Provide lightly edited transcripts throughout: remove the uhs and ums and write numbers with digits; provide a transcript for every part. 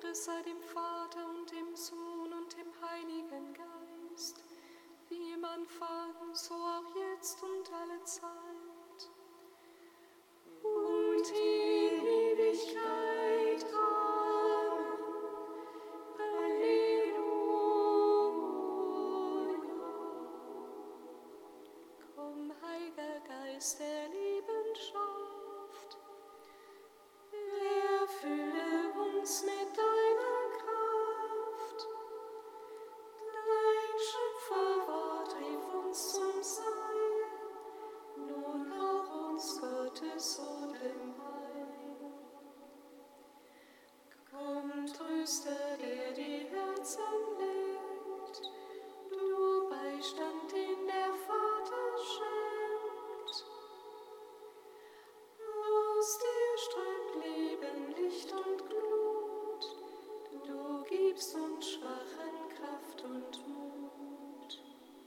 Es sei dem Vater und dem Sohn und dem Heiligen Geist, wie im Anfang, so auch jetzt und alle Zeit. Und in Ewigkeit. Amen. Halleluja. Komm, Heiliger Geist der Liebenschaft, erfülle uns mit deiner Kraft. Dein Schöpferwort rief uns zum Sein, nun auch uns Gottes Sohn im Heil. Komm, Tröster, der die Herzen lenkt, du Beistand, den der Vater schenkt. Aus dir strömt Leben, Licht und Glut, du gibst uns Schwachen Kraft und Mut.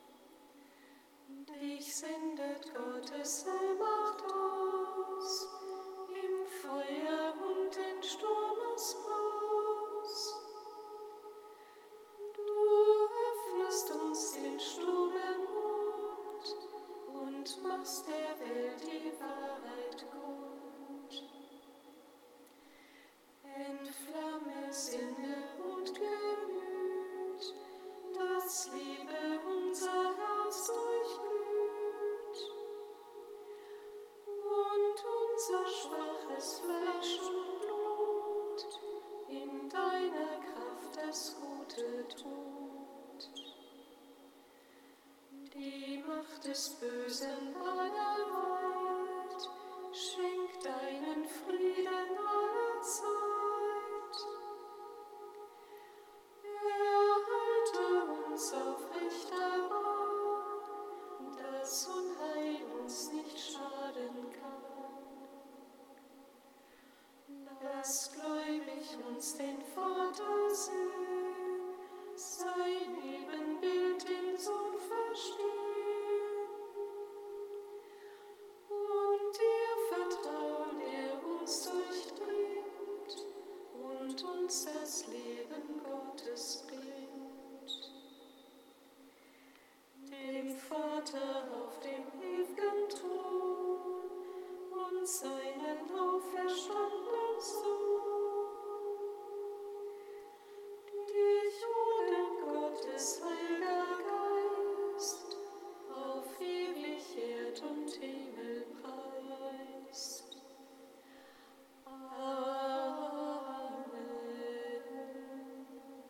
Dich sendet Gottes Allmacht aus, im Feuer und in Sturmesbraus. Du öffnest uns den stummen Mund und machst der Welt die Wahrheit kund. Entflamme Sinne und Gemüt, dass Liebe unser Herz durchglüht und unser schwaches Fleisch und Blut in deiner Kraft das Gute tut. Die Macht des Bösen aller Welt, schenk deinen Frieden aller Zeit. Erhalte uns auf rechter Bahn, dass Unheil uns nicht schaden kann. Lass gläubig uns den Vater sehen, sein Ebenbild den Sohn verstehen. Und dir vertrauen, der uns durchdringt und uns das Leben Gottes bringt. Dem Vater auf dem ewigen Thron und seinen auferstandenen Sohn. Dich, o denn Gottes heiliger Geist, auf ewig Erd und Himmel preist. Amen.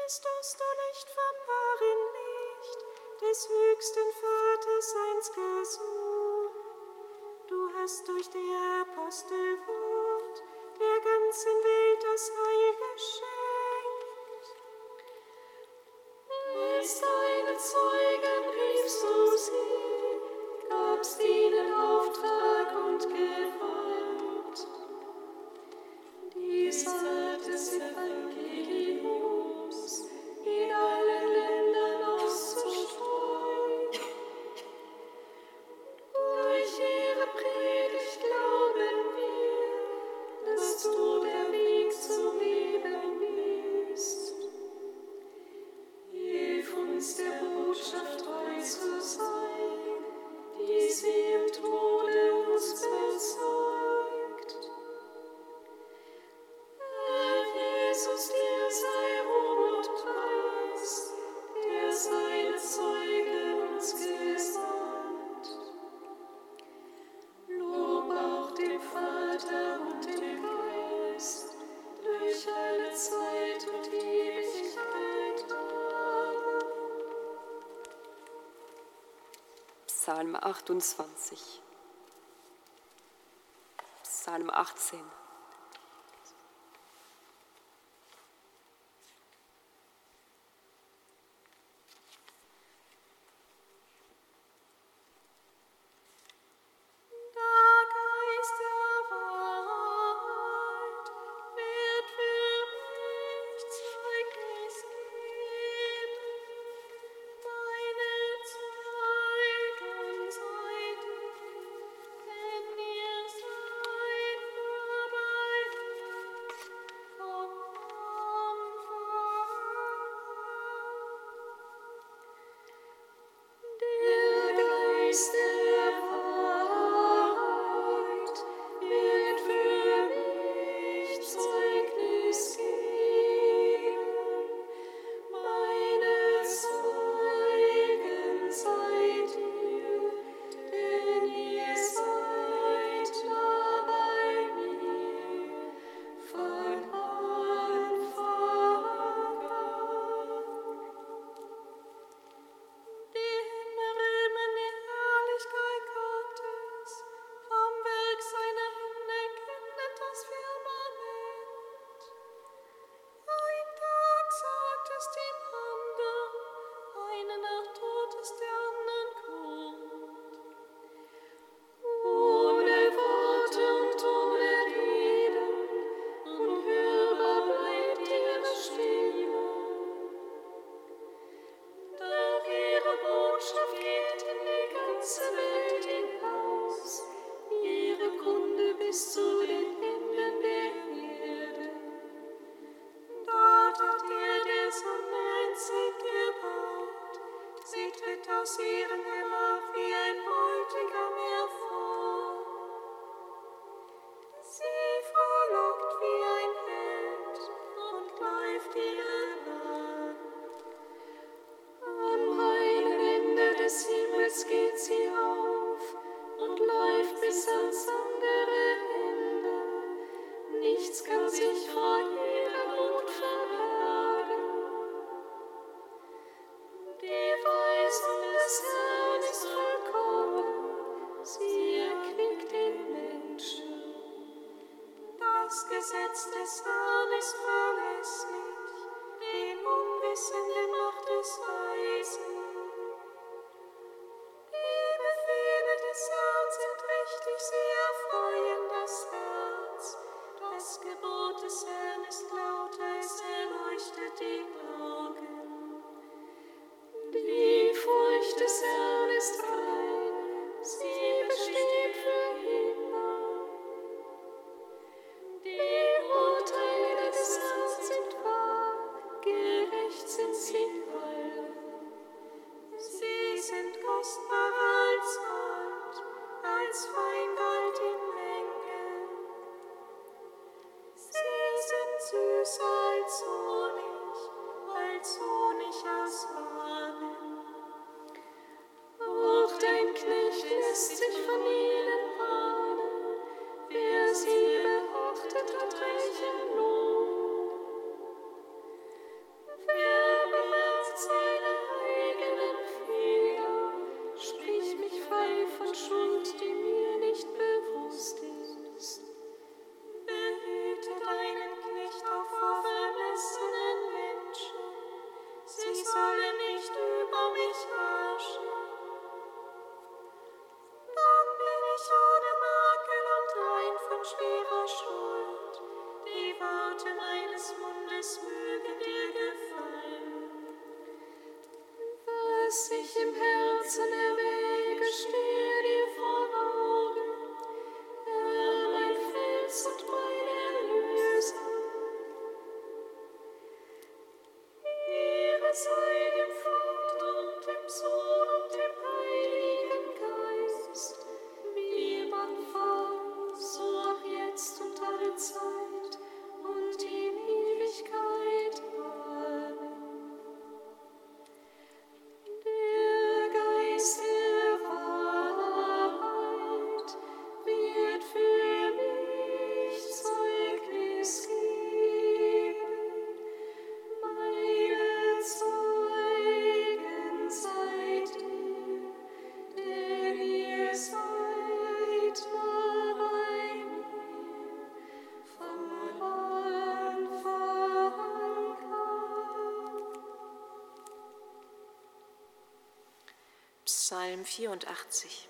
Christus, du Licht vom wahren Licht, des höchsten Vaters Einzgersohn. Du hast durch die Apostel Wort der ganzen Welt das Heil geschenkt. Als deine Zeugen riefst du sie, gabst ihnen Auftrag und Gewalt. Die Saat des Evangeliums in allen Ländern auszustreuen. Durch ihre Predigt glauben wir, dass du der Weg zum Leben bist. Hilf uns der Botschaft treu zu sein, die sie im Tode uns bezeugt. Herr Jesus, dir sei Ruhm und Preis, der seine Zeugen uns gesandt. Lob auch dem Vater und dem Geist, durch alle Zeit und Ewigkeit. Amen. Psalm 28, Psalm 18. Aus ihrem Gemach wie ein Bräutigam hervor. Sie frohlockt wie ein Held und läuft ihre Bahn. Am reinen Ende des Himmels geht sie auf und läuft bis ans andere Ende. Nichts kann sich vor ihrem Mut verbergen. Die Weisung des Herrn ist vollkommen, sie erquickt den Menschen. Das Gesetz des Herrn ist verlässlich, den Unwissenden macht es weise. Die Befehle des Herrn sind richtig, sie erfreuen das Herz. Das Gebot des Herrn ist lauter, es erleuchtet die Augen. Die Furcht des Herrn ist rein, sie besteht für immer. Die Urteile des Herrn sind wahr, gerecht sind sie alle. Sie sind kostbarer als Gold, als Feingold in Menge. Sie sind süßer als Honig aus Waben. Auch dein Knecht lässt sich von ihnen warnen, wer sie beachtet, hat reichen Lohn. Wer Schuld, die mir nicht bewusst ist. Behüte deinen Knecht auch vor vermessenen Menschen, sie sollen nicht über mich herrschen. Dann bin ich ohne Makel und rein von schwerer Schuld. Die Worte meines Mundes mögen dir gefallen. Was ich im Herzen erwäge, stehe dir vor Augen. Herr, mein Fels und mein Erlöser. Ehre sei dem Vater und dem Sohn und dem Heiligen Geist, wie im Anfang, so auch jetzt und alle Zeit und in Ewigkeit. Amen. Der Geist der Wahrheit wird für mich Zeugnis geben. Meine Zeugen seid ihr, denn ihr seid nah bei mir von Anfang an. Psalm 84.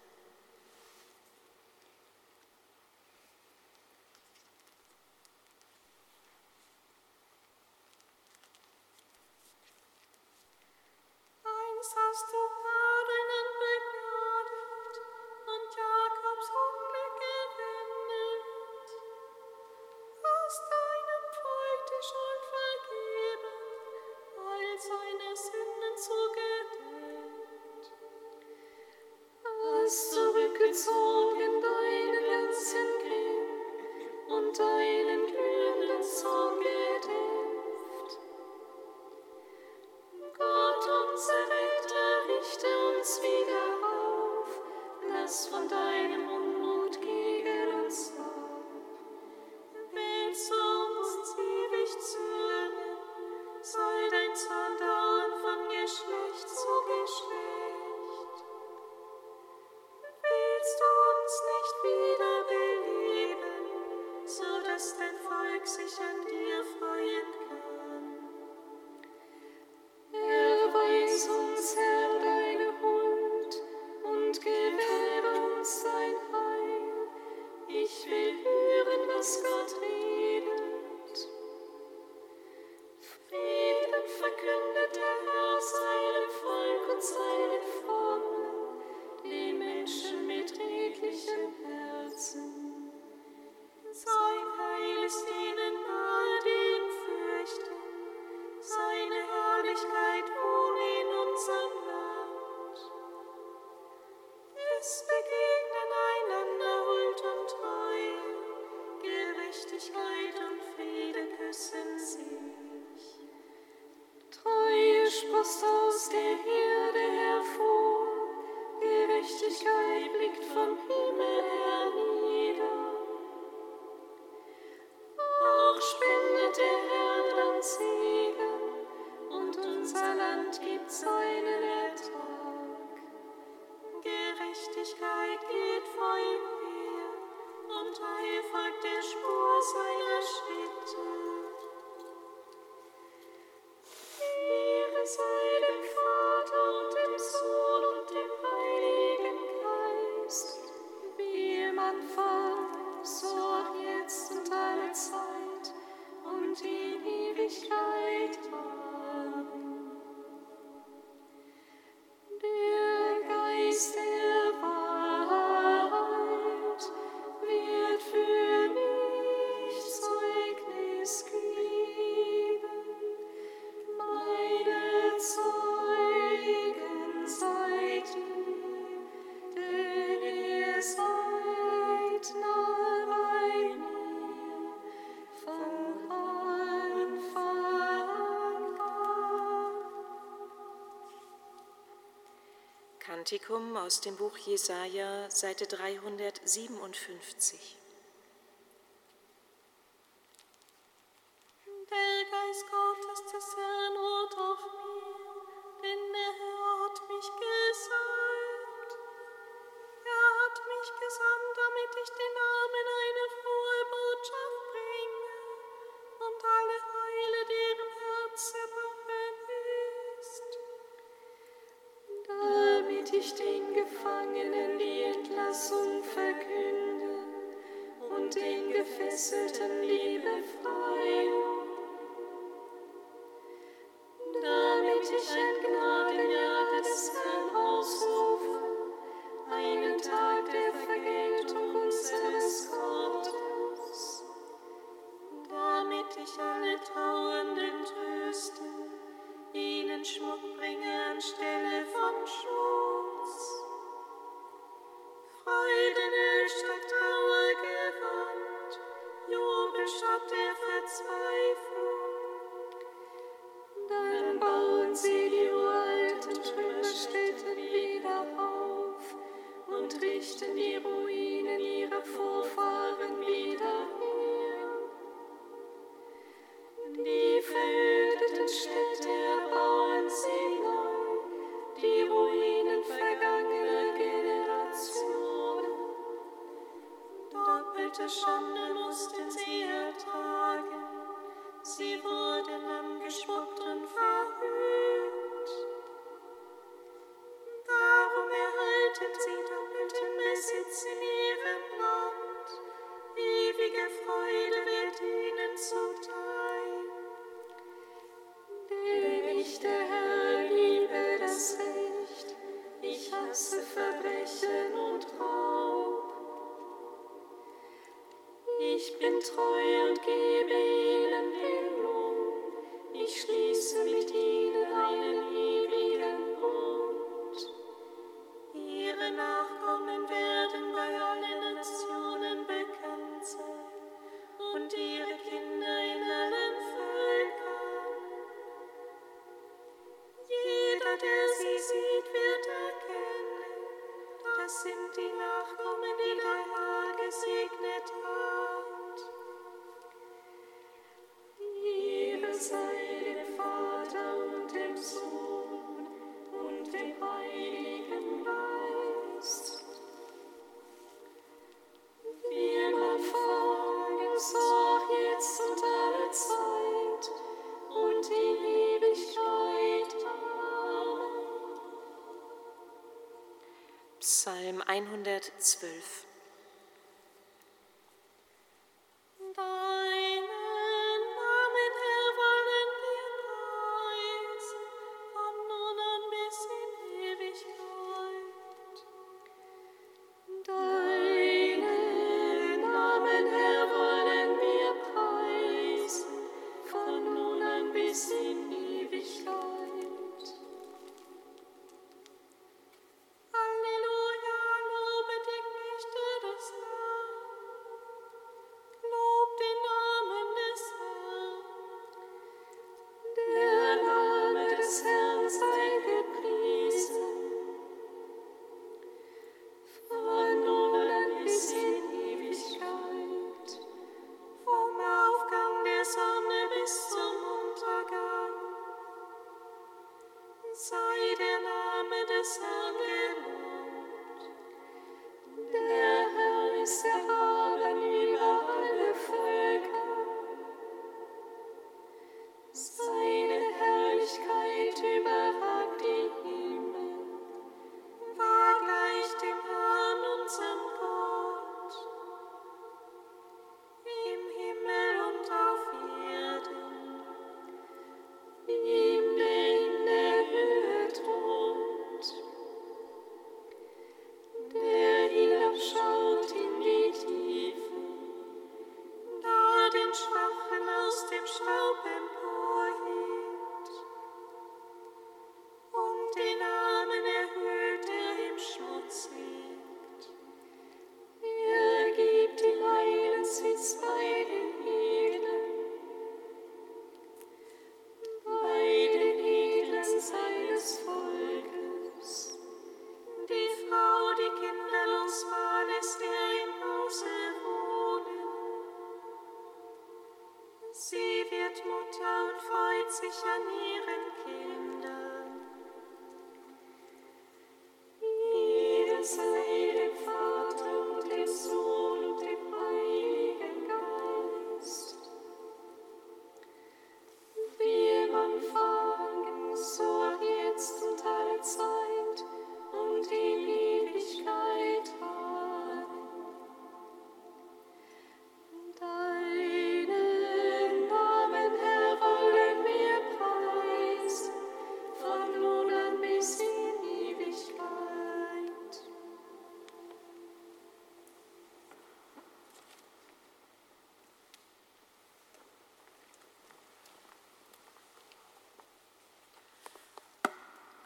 Einst hast du Adrinnen begnadigt und Jakobs Unglück gewendet. Hast deinem Volk die Schuld vergeben, all seine Sünden zugedenkt. Hast zurückgezogen deinen ganzen Grimm und deinen glühenden Zorn gedämpft. Gott, unser Retter, richte uns wieder auf, lass von deinem Unmut gegen uns ab. Willst du uns ewig zürnen, soll dein Zorn dauern von Geschlecht zu Geschlecht. Willst du uns nicht wiederbeleben, so dass dein Volk sich an dir freuen kann? Erweis uns, Herr, deine Huld und gewähre uns dein Heil. Ich will hören, was Gott redet. Frieden verkündet der Herr seinem Volk und seinen Frommen, den Menschen mit redlichem Herzen. Sein Heil ist ihnen nahe, die ihn fürchten. Seine Herrlichkeit wohne in unserem Land. Es begegnen einander Huld und Treue, Gerechtigkeit und Friede küssen sich. Treue sproßt aus der Erde hervor, Gerechtigkeit blickt vom Himmel hernieder. Auch spendet der Herr dann Segen, und unser Land gibt seinen Ertrag. Gerechtigkeit geht vor ihm her, und Heil folgt der Spur seiner Schritte. Ehre sei dem Vater und dem Sohn und dem Heiligen Geist, wie im Anfang, so auch jetzt und alle Zeit und in Ewigkeit. Amen. Der Geist der Wahrheit wird für mich Zeugnis geben. Meine Zeugen seid ihr, denn ihr seid nah bei mir von Anfang an. Kantikum aus dem Buch Jesaja, Seite 357. Der Geist Gottes des Herrn ruht auf mir, denn der Herr hat mich gesalbt. durch den Armen eine frohe Botschaft bringe und alle heile, deren Herz zerbrochen ist. Damit ich den Gefangenen die Entlassung verkünde und den Gefesselten die Befreiung. Damit ich ein Gnadenjahr des Herrn ausrufe, einen Tag der Vergeltung unseres Gottes. Damit ich alle Trauernden tröste, ihnen Schmuck bringe anstelle von Schmutz. Freudenöl statt Trauergewand, Jubel statt der Verzweiflung. Dann bauen sie die uralten Trümmerstätten wieder auf und richten die Ruinen ihrer Vorfahren wieder her. Die verödeten Städte erbauen sie neu, die Ruinen vergangener Generationen. Doppelte Schande mussten sie ertragen, sie wurden angespuckt und verhöhnt. Darum erhalten sie doppelten Besitz in ihrem Land, ewige Freude wird ihnen zuteil. Denn ich, der Herr, liebe das Recht, ich hasse Verbrechen und Raub. Ich bin treu und gebe ihnen den Lohn, ich schließe mit ihnen einen ewigen Bund. Ihre Nachkommen werden bei allen Nationen bekannt sein und ihre Kinder in allen Völkern. Jeder, der sie sieht, wird erkennen, das sind die Nachkommen, die der Herr gesegnet hat. Ehre sei dem Vater und dem Sohn und dem Heiligen Geist. Wie im Anfang, so auch jetzt und alle Zeit und in Ewigkeit. Amen. Psalm 112. Deinen Namen, Herr, wollen wir preisen, von nun an bis in Ewigkeit. Deinen Namen, Herr, wollen wir preisen, von nun an bis in Ewigkeit. Halleluja, lobe die Knechte des Herrn. Lob den Namen des Herrn. Der Name des Herrn sei gepriesen, von nun an bis in Ewigkeit. Vom Aufgang der Sonne bis zum Untergang sei der Name des Herrn gelobt. Der Herr ist erhaben über alle Völker. Seine Herrlichkeit überragt die Himmel. War gleich dem Herrn, unserem Gott, im Himmel und auf Erden. Ihm, der in der Höhe thront, der hinabschaut in die Tiefe, Da den Schwachen aus dem Staub emporhebt und den Armen erhöht, der im Schmutz liegt. er gibt ihm einen Sitz bei den Edlen, bei den Edlen seines Volkes. Die Frau, die kinderlos war, lässt er im Hause wohnen. Sie wird Mutter und freut sich an ihren Kindern. Ehre sei dem Vater und dem Sohn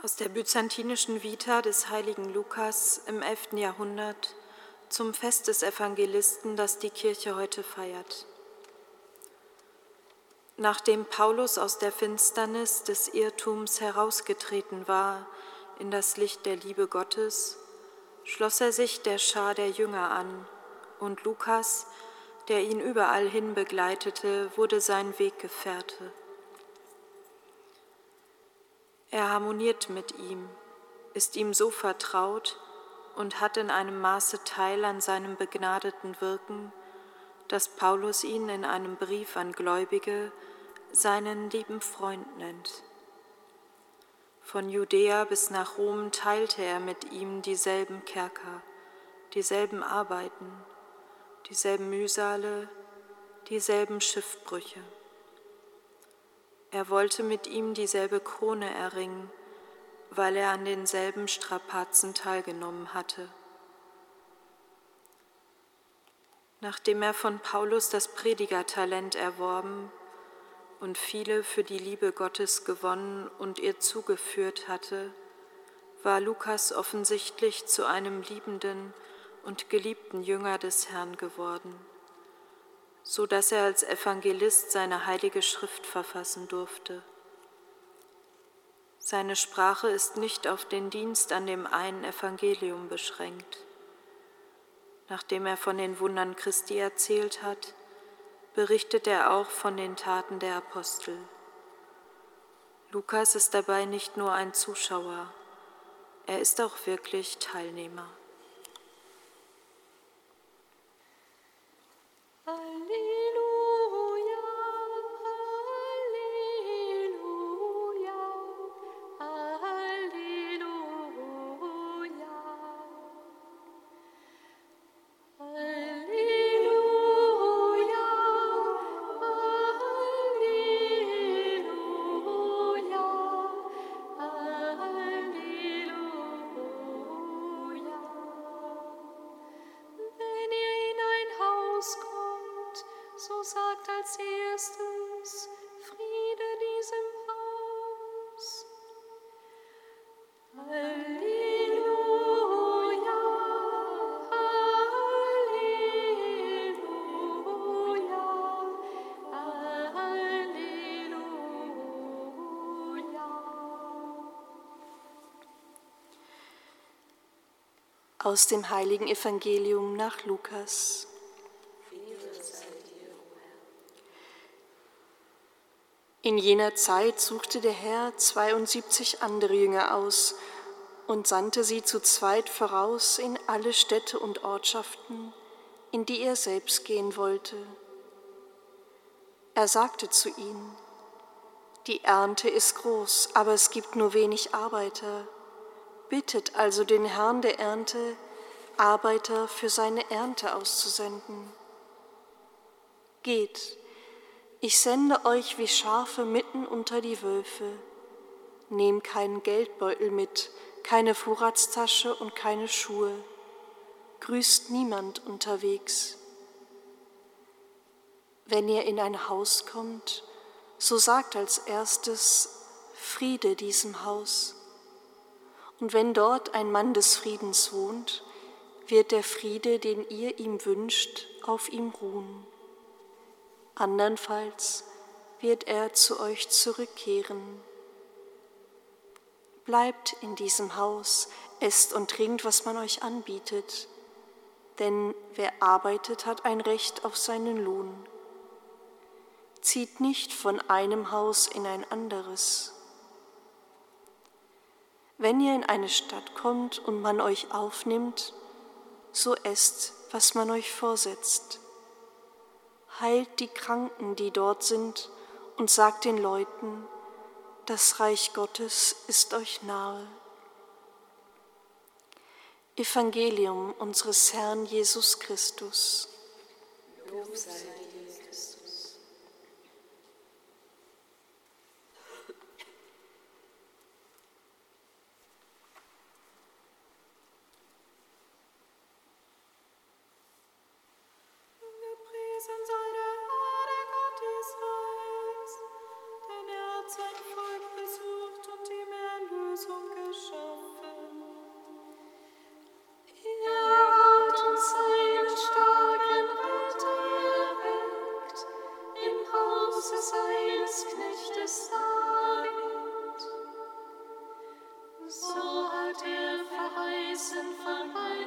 Aus der byzantinischen Vita des heiligen Lukas im 11. Jahrhundert zum Fest des Evangelisten, das die Kirche heute feiert. Nachdem Paulus aus der Finsternis des Irrtums herausgetreten war in das Licht der Liebe Gottes, schloss er sich der Schar der Jünger an, und Lukas, der ihn überall hin begleitete, wurde sein Weggefährte. Er harmoniert mit ihm, ist ihm so vertraut und hat in einem Maße Teil an seinem begnadeten Wirken, dass Paulus ihn in einem Brief an Gläubige seinen lieben Freund nennt. Von Judäa bis nach Rom teilte er mit ihm dieselben Kerker, dieselben Arbeiten, dieselben Mühsale, dieselben Schiffbrüche. Er wollte mit ihm dieselbe Krone erringen, weil er an denselben Strapazen teilgenommen hatte. Nachdem er von Paulus das Predigertalent erworben und viele für die Liebe Gottes gewonnen und ihr zugeführt hatte, war Lukas offensichtlich zu einem liebenden und geliebten Jünger des Herrn geworden, so dass er als Evangelist seine heilige Schrift verfassen durfte. Seine Sprache ist nicht auf den Dienst an dem einen Evangelium beschränkt. Nachdem er von den Wundern Christi erzählt hat, berichtet er auch von den Taten der Apostel. Lukas ist dabei nicht nur ein Zuschauer, er ist auch wirklich Teilnehmer. Halleluja, Halleluja, Halleluja. Halleluja, Halleluja, Halleluja. Wenn ihr in ein Haus kommt, so sagt als erstes Friede diesem Haus. Halleluja, Halleluja, Halleluja. Aus dem heiligen Evangelium nach Lukas. In jener Zeit suchte der Herr 72 andere Jünger aus und sandte sie zu zweit voraus in alle Städte und Ortschaften, in die er selbst gehen wollte. Er sagte zu ihnen: Die Ernte ist groß, aber es gibt nur wenig Arbeiter. Bittet also den Herrn der Ernte, Arbeiter für seine Ernte auszusenden. Geht, ich sende euch wie Schafe mitten unter die Wölfe. Nehmt keinen Geldbeutel mit, keine Vorratstasche und keine Schuhe. Grüßt niemand unterwegs. Wenn ihr in ein Haus kommt, so sagt als erstes Friede diesem Haus. Und wenn dort ein Mann des Friedens wohnt, wird der Friede, den ihr ihm wünscht, auf ihm ruhen. Andernfalls wird er zu euch zurückkehren. Bleibt in diesem Haus, esst und trinkt, was man euch anbietet, denn wer arbeitet, hat ein Recht auf seinen Lohn. Zieht nicht von einem Haus in ein anderes. Wenn ihr in eine Stadt kommt und man euch aufnimmt, so esst, was man euch vorsetzt. Heilt die Kranken, die dort sind, und sagt den Leuten, das Reich Gottes ist euch nahe. Evangelium unseres Herrn Jesus Christus. Lob sei dir, Christus. Gepriesen sei der Herr, der Gott Israels, denn er hat sein Volk besucht und ihm Erlösung gegeben.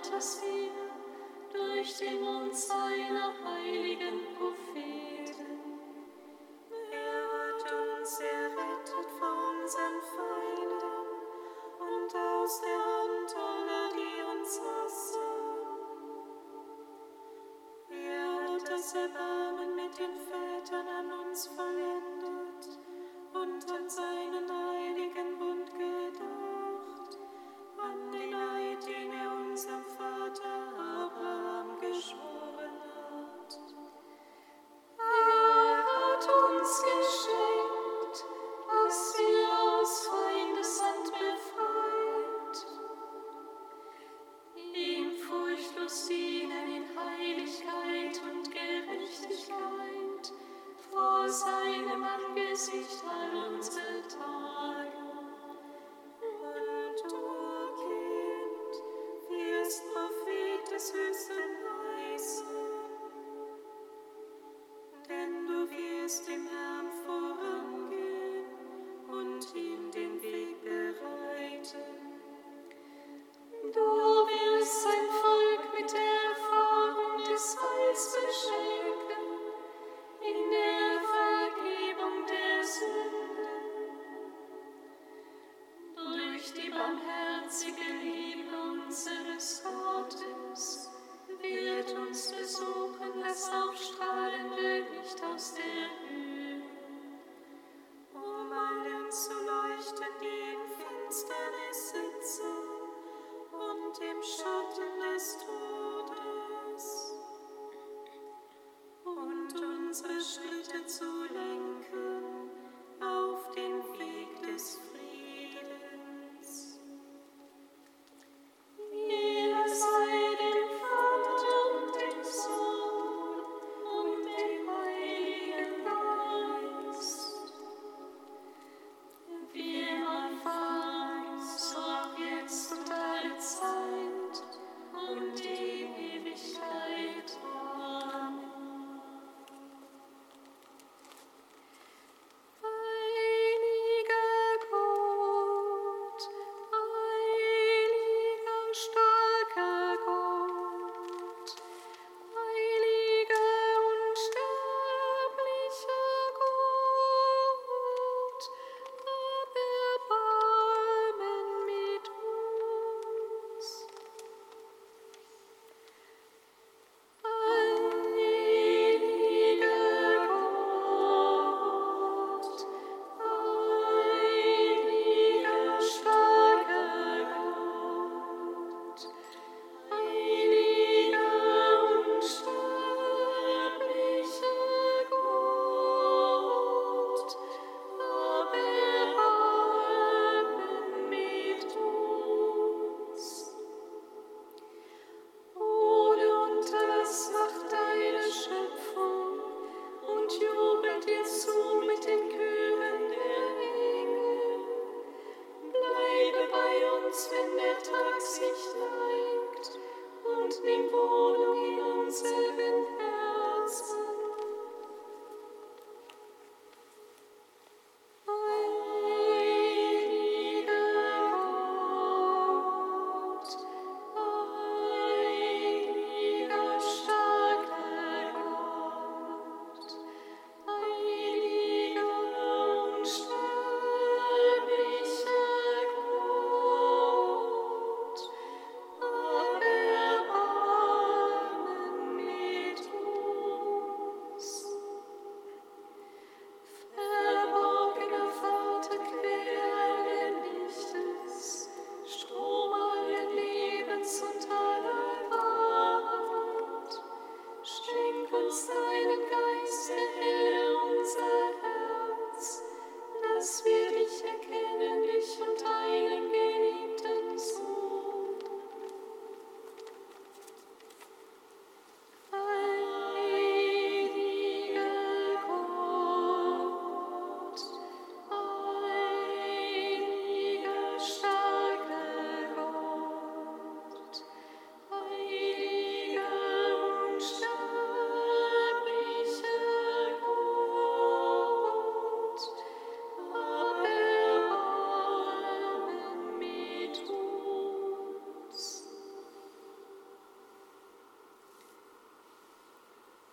Alters her, durch den Mund seiner heiligen Propheten. Er hat uns errettet vor unseren Feinden und aus der Hand aller, die uns hassen. Er hat das Erbarmen mit den Vätern an uns vollendet und an seinen heiligen Bund gedacht, an den Eid, den er unserem Vater Abraham geschworen hat. Er hat uns geschenkt, dass wir aus Feindeshand befreit, ihm furchtlos dienen in Heiligkeit und Gerechtigkeit, vor seinem Angesicht all unsere Tage. Und du, Kind, wirst Prophet des Höchsten heißen, denn du wirst dem Herrn vorangehen und ihm den Weg bereiten. Du wirst sein Volk mit der Erfahrung des Heils beschenken, in der Vergebung der Sünden. Durch die barmherzige Liebe unseres Gottes wird uns besuchen das aufstrahlende Licht aus der Höhe.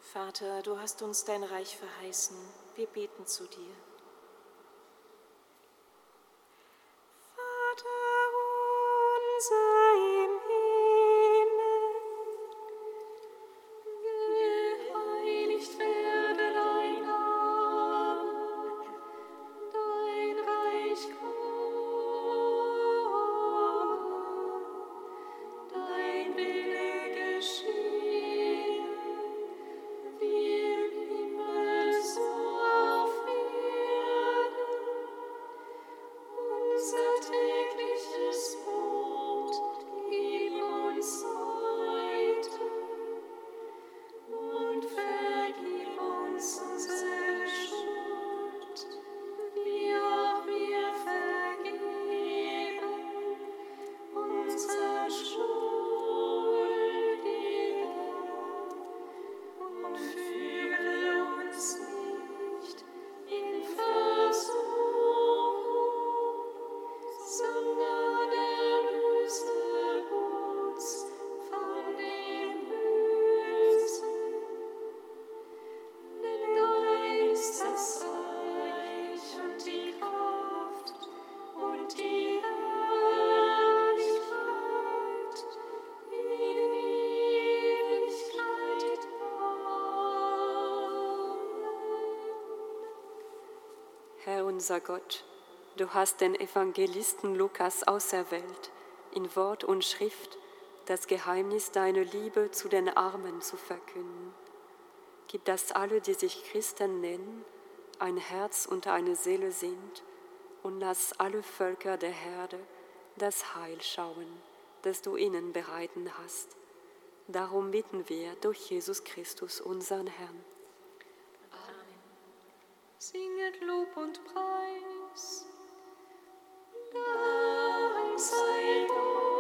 Vater, du hast uns dein Reich verheißen. Wir beten zu dir. Vater unser im Himmel, Geheiligt werde dein Name, dein Reich komme, dein Wille geschehe, wie im Himmel so auf Erden. Unser tägliches Brot gib uns heute und vergib uns unsere Schuld, wie auch wir vergeben unseren Schuldigen. Und führe uns nicht in Versuchung, sondern erlöse uns von dem Bösen. Denn dein ist das Reich und die Kraft und die Herrlichkeit in Ewigkeit. Amen. Herr unser Gott, du hast den Evangelisten Lukas auserwählt, in Wort und Schrift das Geheimnis deiner Liebe zu den Armen zu verkünden. Gib, dass alle, die sich Christen nennen, ein Herz und eine Seele sind, und lass alle Völker der Herde das Heil schauen, das du ihnen bereiten hast. Darum bitten wir durch Jesus Christus, unseren Herrn. Singet Lob und Preis. Dank sei Gott.